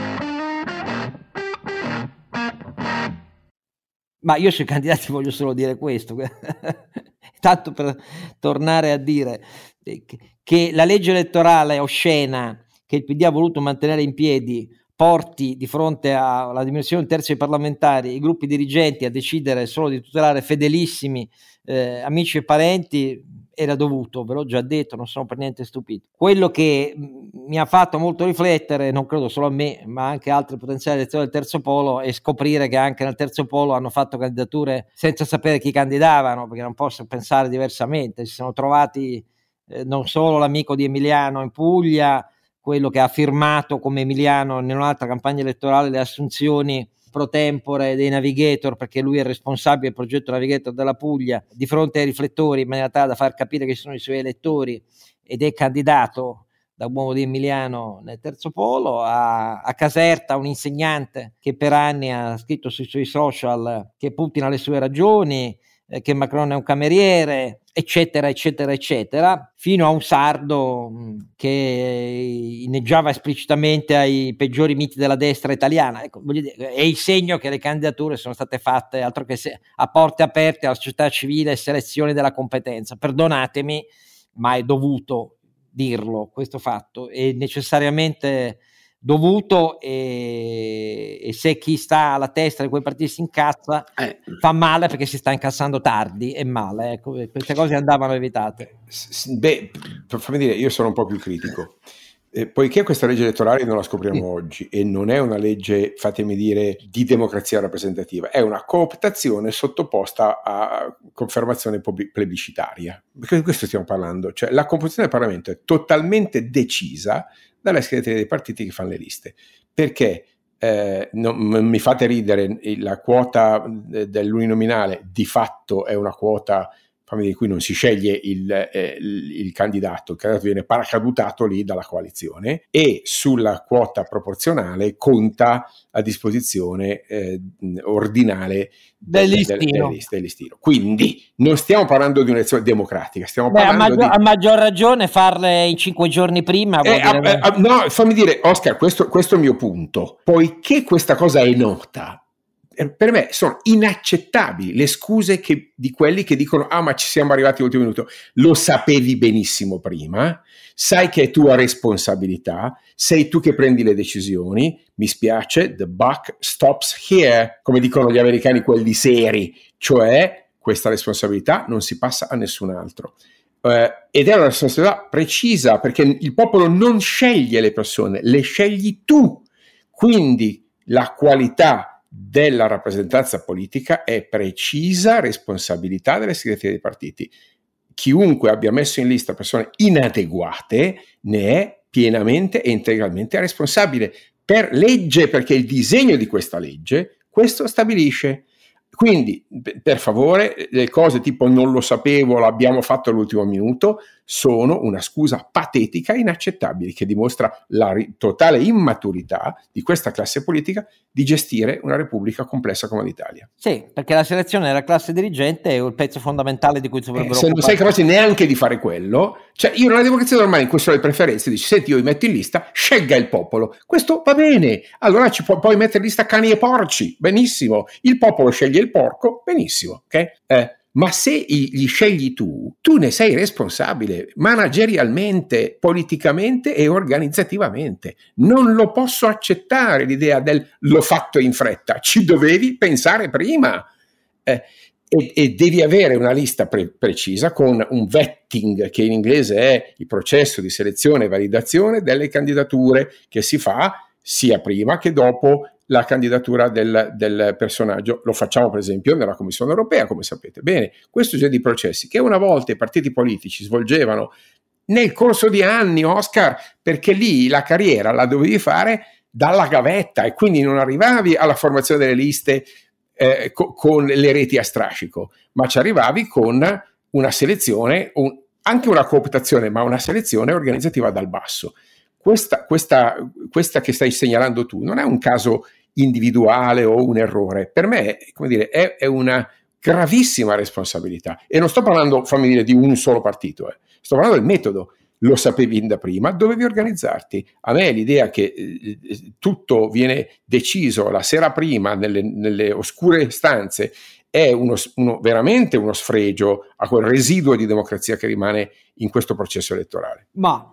S1: Ma io sui candidati voglio solo dire questo, tanto per tornare a dire che la legge elettorale oscena che il P D ha voluto mantenere in piedi porti di fronte alla diminuzione di un terzo dei parlamentari i gruppi dirigenti a decidere solo di tutelare fedelissimi eh, amici e parenti. Era dovuto, ve l'ho già detto, non sono per niente stupito. Quello che mi ha fatto molto riflettere, non credo solo a me, ma anche altri potenziali elettori del terzo polo, è scoprire che anche nel terzo polo hanno fatto candidature senza sapere chi candidavano, perché non posso pensare diversamente. Si sono trovati eh, non solo l'amico di Emiliano in Puglia, quello che ha firmato come Emiliano in un'altra campagna elettorale le assunzioni pro tempore dei navigator, perché lui è responsabile del progetto navigator della Puglia, di fronte ai riflettori, in maniera tale da far capire che sono i suoi elettori, ed è candidato da uomo di Emiliano nel terzo polo. A, a Caserta un insegnante che per anni ha scritto sui suoi social che Putin ha le sue ragioni, eh, che Macron è un cameriere, eccetera, eccetera, eccetera, fino a un sardo mh, che inneggiava esplicitamente ai peggiori miti della destra italiana. Ecco, voglio dire, è il segno che le candidature sono state fatte altro che se, a porte aperte alla società civile e selezione della competenza. Perdonatemi, ma è dovuto dirlo, questo fatto è necessariamente dovuto, e, e se chi sta alla testa di quei partiti si incazza eh. fa male, perché si sta incassando tardi e male, ecco, queste cose andavano evitate.
S3: Beh, fammi dire, io sono un po' più critico, eh, poiché questa legge elettorale non la scopriamo sì. oggi e non è una legge, fatemi dire, di democrazia rappresentativa, è una cooptazione sottoposta a confermazione plebiscitaria, perché di questo stiamo parlando, cioè la composizione del Parlamento è totalmente decisa dalle segreterie dei partiti che fanno le liste, perché eh, non mi fate ridere, la quota dell'uninominale di fatto è una quota di cui non si sceglie il, eh, il, il candidato, il candidato viene paracadutato lì dalla coalizione, e sulla quota proporzionale conta a disposizione eh, ordinale del, del, del, del, list, del listino. Quindi non stiamo parlando di un'elezione democratica, stiamo
S1: Beh,
S3: parlando
S1: a maggior,
S3: di...
S1: a maggior ragione farle in cinque giorni prima
S3: eh, a, a, no, fammi dire, Oscar, questo, questo è il mio punto, poiché questa cosa è nota, per me sono inaccettabili le scuse che, di quelli che dicono ah ma ci siamo arrivati all'ultimo minuto. Lo sapevi benissimo prima, sai che è tua responsabilità, sei tu che prendi le decisioni, mi spiace, the buck stops here, come dicono gli americani, quelli seri, cioè questa responsabilità non si passa a nessun altro. Uh, ed è una responsabilità precisa, perché il popolo non sceglie le persone, le scegli tu, quindi la qualità della rappresentanza politica è precisa responsabilità delle segreterie dei partiti. Chiunque abbia messo in lista persone inadeguate ne è pienamente e integralmente responsabile per legge, perché il disegno di questa legge questo stabilisce. Quindi, per favore, le cose tipo non lo sapevo, l'abbiamo fatto all'ultimo minuto, sono una scusa patetica e inaccettabile, che dimostra la ri- totale immaturità di questa classe politica di gestire una repubblica complessa come l'Italia.
S1: Sì, perché la selezione della classe dirigente è il pezzo fondamentale di cui si dovrebbero
S3: eh, se
S1: occupare.
S3: non sei capace neanche di fare quello, cioè io nella democrazia normale in cui sono le preferenze dici senti io mi metto in lista, scelga il popolo, questo va bene, allora ci pu- puoi mettere in lista cani e porci, benissimo, il popolo sceglie il porco, benissimo, ok? Eh, ma se gli scegli tu, tu ne sei responsabile managerialmente, politicamente e organizzativamente. Non lo posso accettare l'idea del l'ho fatto in fretta, ci dovevi pensare prima. Eh, e, e devi avere una lista pre- precisa con un vetting, che in inglese è il processo di selezione e validazione delle candidature che si fa sia prima che dopo la candidatura del, del personaggio. Lo facciamo per esempio nella Commissione europea, come sapete bene. Questo genere di processi che una volta i partiti politici svolgevano nel corso di anni, Oscar, perché lì la carriera la dovevi fare dalla gavetta e quindi non arrivavi alla formazione delle liste eh, co- con le reti a strascico, ma ci arrivavi con una selezione, un, anche una cooptazione, ma una selezione organizzativa dal basso. Questa, questa, questa che stai segnalando tu non è un caso individuale o un errore, per me come dire, è, è una gravissima responsabilità, e non sto parlando, fammi dire, di un solo partito, eh. Sto parlando del metodo. Lo sapevi da prima, dovevi organizzarti. A me l'idea che eh, tutto viene deciso la sera prima nelle, nelle oscure stanze è uno, uno, veramente uno sfregio a quel residuo di democrazia che rimane in questo processo elettorale.
S1: Ma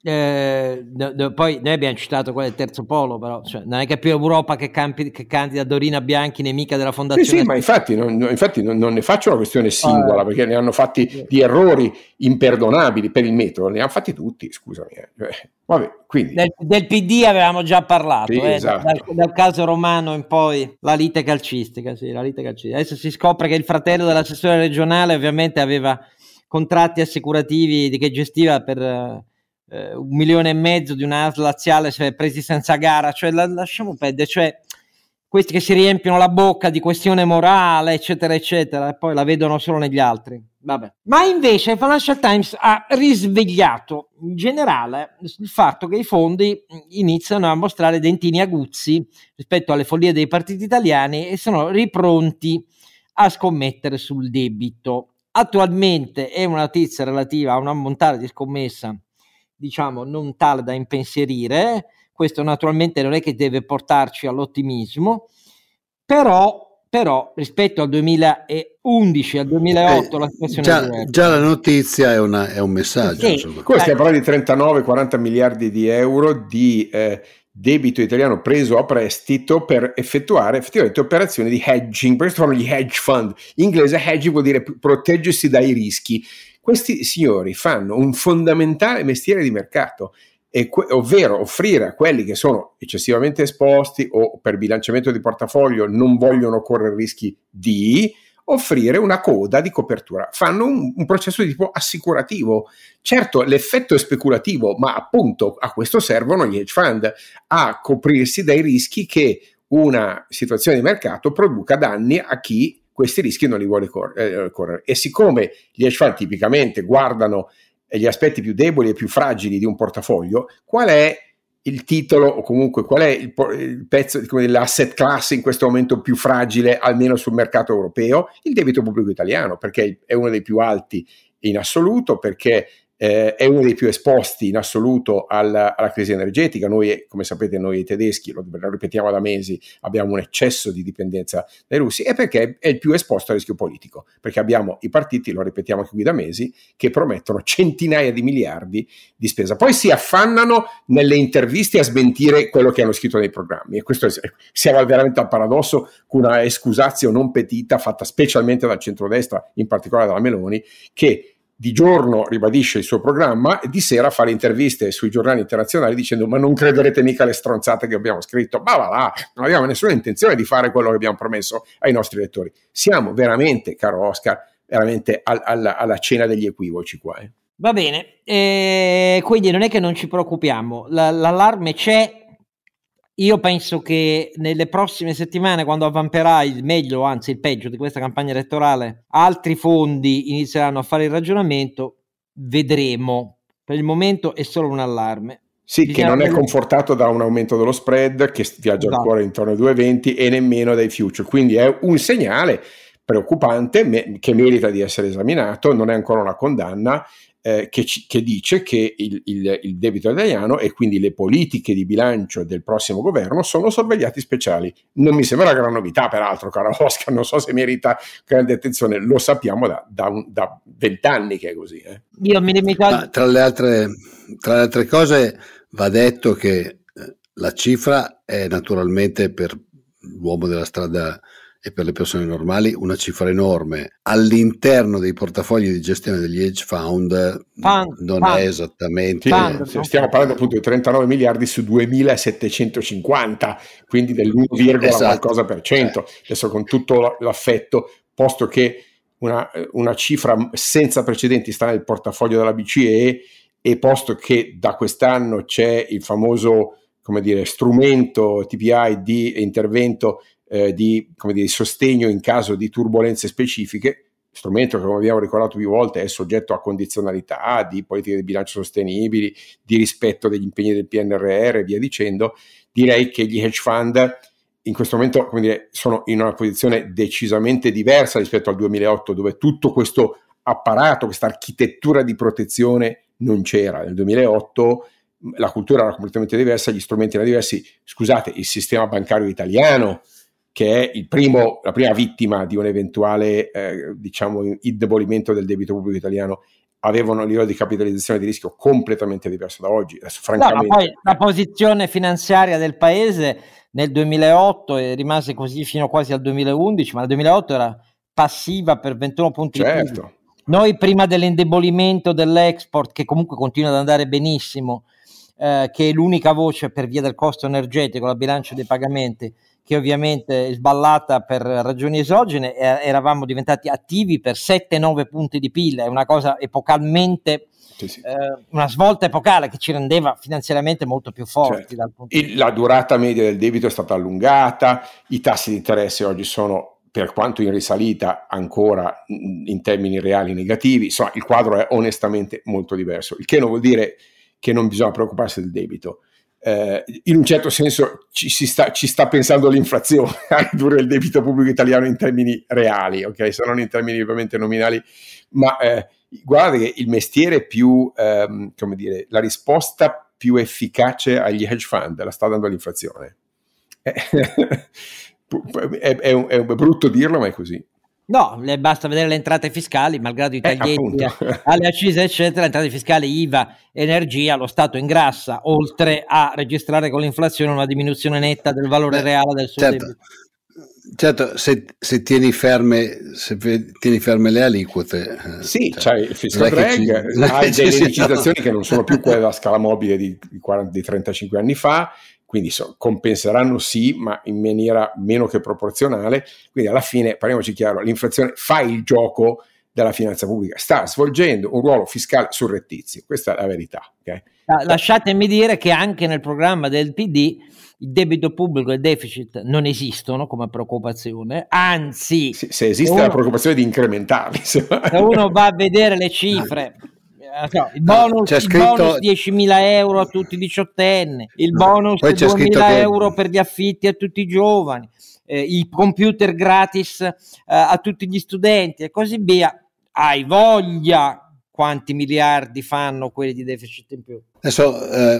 S1: Eh, d- d- poi noi abbiamo citato quello del terzo polo, però cioè, non è che più Europa che, campi, che candida Dorina Bianchi, nemica della fondazione.
S3: Sì, sì, ma infatti, non, infatti non, non ne faccio una questione singola, eh, perché ne hanno fatti di errori imperdonabili per il metodo, ne hanno fatti tutti, scusami. Eh. Vabbè, quindi.
S1: Del, del P D avevamo già parlato,
S3: sì,
S1: eh,
S3: esatto.
S1: dal, dal caso Romano in poi la lite calcistica, sì, la lite calcistica. Adesso si scopre che il fratello dell'assessore regionale ovviamente aveva contratti assicurativi di che gestiva per Uh, un milione e mezzo di una A S laziale presi senza gara, cioè la, lasciamo perdere, cioè questi che si riempiono la bocca di questione morale eccetera eccetera e poi la vedono solo negli altri. Vabbè. Ma invece il Financial Times ha risvegliato in generale il fatto che i fondi iniziano a mostrare dentini aguzzi rispetto alle follie dei partiti italiani e sono ripronti a scommettere sul debito. Attualmente è una notizia relativa a un ammontare di scommessa, diciamo, non tale da impensierire. Questo naturalmente non è che deve portarci all'ottimismo, però Però rispetto al duemilaundici al duemilaotto eh, la situazione
S2: già,
S1: è diversa.
S2: Già la notizia è, una, è un messaggio.
S1: Sì,
S2: insomma.
S3: Qua stiamo parlando di trentanove quaranta miliardi di euro di eh, debito italiano preso a prestito per effettuare effettivamente operazioni di hedging. Per questo fanno gli hedge fund. In inglese hedging vuol dire proteggersi dai rischi. Questi signori fanno un fondamentale mestiere di mercato, E que- ovvero offrire a quelli che sono eccessivamente esposti o per bilanciamento di portafoglio non vogliono correre rischi di offrire una coda di copertura. Fanno un, un processo di tipo assicurativo. Certo, l'effetto è speculativo, ma appunto a questo servono gli hedge fund, a coprirsi dai rischi che una situazione di mercato produca danni a chi questi rischi non li vuole cor- eh, correre. E siccome gli hedge fund tipicamente guardano gli aspetti più deboli e più fragili di un portafoglio, qual è il titolo o comunque qual è il, il pezzo, come l'asset class in questo momento più fragile, almeno sul mercato europeo? Il debito pubblico italiano, perché è uno dei più alti in assoluto, perché eh, è uno dei più esposti in assoluto alla, alla crisi energetica. Noi, come sapete, noi tedeschi, lo, lo ripetiamo da mesi, abbiamo un eccesso di dipendenza dai russi, e perché è il più esposto al rischio politico, perché abbiamo i partiti, lo ripetiamo anche qui da mesi, che promettono centinaia di miliardi di spesa. Poi si affannano nelle interviste a smentire quello che hanno scritto nei programmi, e questo è, siamo veramente al paradosso, con una excusatio non petita fatta specialmente dal centrodestra, in particolare dalla Meloni, che di giorno ribadisce il suo programma e di sera fa le interviste sui giornali internazionali dicendo: ma non crederete mica alle stronzate che abbiamo scritto, ma va là, non abbiamo nessuna intenzione di fare quello che abbiamo promesso ai nostri lettori. Siamo veramente, caro Oscar, veramente al, al, alla cena degli equivoci qua. Eh.
S1: Va bene, eh, quindi non è che non ci preoccupiamo, La, l'allarme c'è. Io penso che nelle prossime settimane, quando avvamperà il meglio, anzi il peggio di questa campagna elettorale, altri fondi inizieranno a fare il ragionamento, vedremo. Per il momento è solo un allarme.
S3: Sì,
S1: Bisogna
S3: che non è
S1: vedere...
S3: confortato da un aumento dello spread, che viaggia
S1: esatto.
S3: ancora intorno ai due virgola venti, e nemmeno dai future. Quindi è un segnale preoccupante me- che merita di essere esaminato, non è ancora una condanna, eh, che, ci, che dice che il, il, il debito italiano e quindi le politiche di bilancio del prossimo governo sono sorvegliati speciali. Non mi sembra una gran novità, peraltro, caro Oscar, non so se merita grande attenzione, lo sappiamo da, da vent'anni che è così. Eh.
S1: Io mi limito a...
S2: tra, le altre, tra le altre cose va detto che la cifra è naturalmente per l'uomo della strada e per le persone normali una cifra enorme. All'interno dei portafogli di gestione degli hedge fund
S1: Fund,
S2: non
S1: fund.
S2: è esattamente...
S3: Sì, sì, stiamo parlando appunto di trentanove miliardi su duemilasettecentocinquanta, quindi dell'uno, esatto. qualcosa per cento. Eh. Adesso, con tutto l'affetto, posto che una, una cifra senza precedenti sta nel portafoglio della B C E, e posto che da quest'anno c'è il famoso, come dire, strumento T P I di intervento eh, di, come dire, sostegno in caso di turbolenze specifiche, strumento che, come abbiamo ricordato più volte, è soggetto a condizionalità di politiche di bilancio sostenibili, di rispetto degli impegni del P N R R e via dicendo. Direi che gli hedge fund in questo momento, come dire, sono in una posizione decisamente diversa rispetto al duemilaotto, dove tutto questo apparato, questa architettura di protezione non c'era. Nel duemilaotto la cultura era completamente diversa, gli strumenti erano diversi. Scusate, il sistema bancario italiano, che è il primo, la prima vittima di un eventuale eh, diciamo indebolimento del debito pubblico italiano, avevano un livello di capitalizzazione di rischio completamente diverso da oggi. Adesso, francamente,
S1: no, ma poi la posizione finanziaria del paese nel duemilaotto è rimase così fino quasi al duemilaundici, ma nel duemilaotto era passiva per ventuno punti
S3: certo.
S1: di P I L. Noi, prima dell'indebolimento dell'export, che comunque continua ad andare benissimo, eh, che è l'unica voce per via del costo energetico, la bilancia dei pagamenti, che ovviamente è sballata per ragioni esogene, e eravamo diventati attivi per sette nove punti di P I L. È una cosa epocalmente, sì, sì. Eh, una svolta epocale che ci rendeva finanziariamente molto più forti.
S3: Certo.
S1: Dal punto
S3: Il, la durata media del debito è stata allungata, i tassi di interesse oggi sono, per quanto in risalita, ancora in termini reali negativi. Insomma, il quadro è onestamente molto diverso, il che non vuol dire che non bisogna preoccuparsi del debito. eh, in un certo senso ci, si sta, ci sta pensando l'inflazione a ridurre il debito pubblico italiano in termini reali, ok, se non in termini ovviamente nominali, ma eh, guarda che il mestiere più, ehm, come dire, la risposta più efficace agli hedge fund la sta dando l'inflazione. È, è, è, un, è brutto dirlo, ma è così.
S1: No, le basta vedere le entrate fiscali, malgrado i taglietti eh, alle accise eccetera, le entrate fiscali I V A, energia, lo Stato ingrassa, oltre a registrare con l'inflazione una diminuzione netta del valore Beh, reale del suo
S2: certo.
S1: debito.
S2: Certo, se, se tieni ferme se tieni ferme le aliquote,
S3: sì, cioè, c'hai il fiscal drag, ci, hai delle indicizzazioni no. che non sono più quelle della scala mobile di, di, quaranta, di trentacinque anni fa, quindi so, compenseranno sì, ma in maniera meno che proporzionale. Quindi alla fine, parliamoci chiaro, l'inflazione fa il gioco della finanza pubblica, sta svolgendo un ruolo fiscale surrettizio, questa è la verità. Okay?
S1: Lasciatemi dire che anche nel programma del P D il debito pubblico e il deficit non esistono come preoccupazione, anzi
S3: se, se esiste uno, la preoccupazione di incrementarli,
S1: se uno va a vedere le cifre, no, il bonus,
S2: c'è
S1: il
S2: scritto...
S1: bonus diecimila euro a tutti i diciottenni, il bonus duemila che... euro per gli affitti a tutti i giovani, eh, il computer gratis eh, a tutti gli studenti e così via. Hai voglia quanti miliardi fanno quelli di deficit in più?
S2: Adesso eh,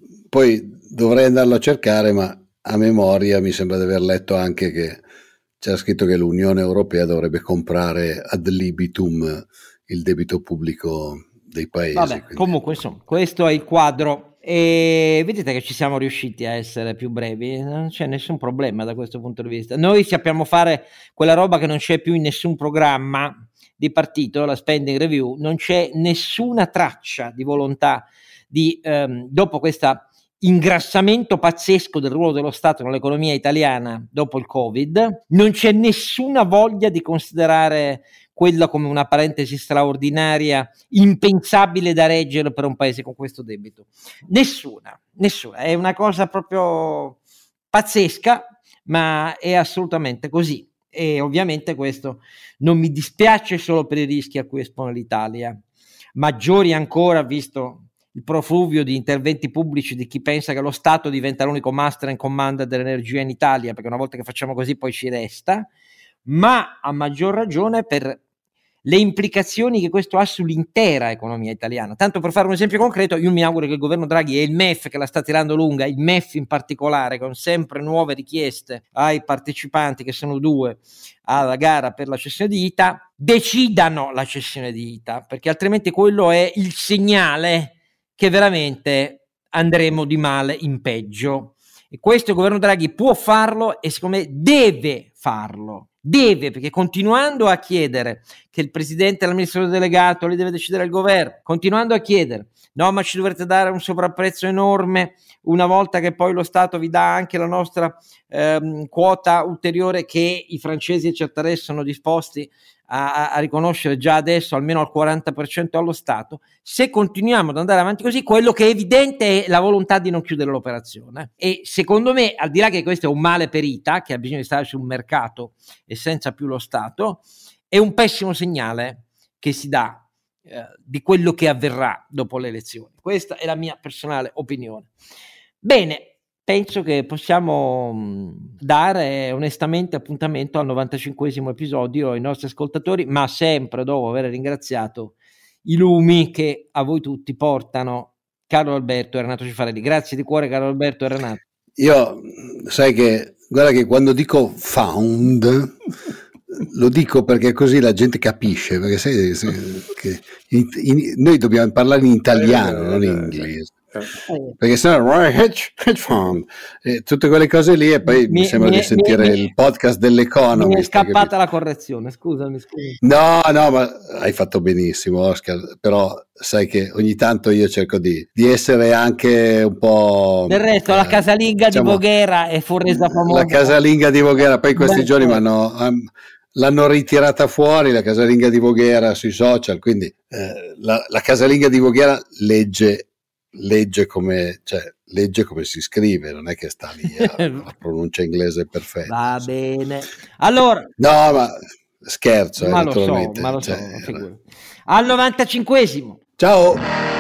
S2: poi dovrei andarlo a cercare, ma a memoria mi sembra di aver letto anche che c'era scritto che l'Unione Europea dovrebbe comprare ad libitum il debito pubblico dei paesi.
S1: Vabbè,
S2: quindi...
S1: comunque insomma, questo è il quadro e vedete che ci siamo riusciti a essere più brevi, non c'è nessun problema da questo punto di vista. Noi sappiamo fare quella roba che non c'è più in nessun programma di partito, la spending review, non c'è nessuna traccia di volontà di, ehm, dopo questo ingrassamento pazzesco del ruolo dello Stato nell'economia italiana dopo il Covid, non c'è nessuna voglia di considerare quella come una parentesi straordinaria, impensabile da reggere per un paese con questo debito. Nessuna, nessuna, è una cosa proprio pazzesca, ma è assolutamente così. E ovviamente questo non mi dispiace solo per i rischi a cui espone l'Italia, maggiori ancora visto il profluvio di interventi pubblici di chi pensa che lo Stato diventa l'unico master and commander dell'energia in Italia, perché una volta che facciamo così poi ci resta, ma a maggior ragione per le implicazioni che questo ha sull'intera economia italiana. Tanto per fare un esempio concreto, io mi auguro che il governo Draghi e il M E F che la sta tirando lunga, il M E F in particolare, con sempre nuove richieste ai partecipanti, che sono due, alla gara per la cessione di I T A, decidano la cessione di I T A, perché altrimenti quello è il segnale che veramente andremo di male in peggio. E questo il governo Draghi può farlo e secondo me deve farlo. Deve, perché continuando a chiedere che il presidente e l'amministratore delegato li deve decidere il governo, continuando a chiedere no ma ci dovrete dare un sovrapprezzo enorme una volta che poi lo Stato vi dà anche la nostra ehm, quota ulteriore che i francesi e Certarès sono disposti a, a riconoscere già adesso almeno al quaranta per cento allo Stato. Se continuiamo ad andare avanti così, quello che è evidente è la volontà di non chiudere l'operazione, e secondo me, al di là che questo è un male per I T A che ha bisogno di stare sul mercato e senza più lo Stato, è un pessimo segnale che si dà eh, di quello che avverrà dopo le elezioni. Questa è la mia personale opinione. Bene, penso che possiamo dare onestamente appuntamento al novantacinquesimo episodio ai nostri ascoltatori, ma sempre dopo aver ringraziato i lumi che a voi tutti portano Carlo Alberto e Renato Cifarelli. Grazie di cuore Carlo Alberto e Renato.
S2: Io sai che guarda che quando dico found lo dico perché così la gente capisce, perché sai, sai che in, in, noi dobbiamo parlare in italiano, eh, non in inglese. Eh. Perché sennò hedge, hedge fund e tutte quelle cose lì, e poi mi, mi sembra mi, di sentire mi, il podcast dell'Economist.
S1: Mi è scappata la correzione, scusami, scusami.
S2: No, no, ma hai fatto benissimo, Oscar, però sai che ogni tanto io cerco di, di essere anche un po'...
S1: Del resto eh, la casalinga diciamo, di Voghera è fu resa famosa.
S2: La casalinga di Voghera, poi in questi Beh, giorni m'hanno... Um, l'hanno ritirata fuori la casalinga di Voghera sui social, quindi eh, la, la casalinga di Voghera legge legge come, cioè, legge come si scrive, non è che sta lì a, la pronuncia inglese perfetta.
S1: Va bene. Allora,
S2: no, ma scherzo,
S1: ma
S2: eh,
S1: lo
S2: naturalmente.
S1: So, ma lo
S2: cioè,
S1: so, al novantacinquesimo.
S2: Ciao.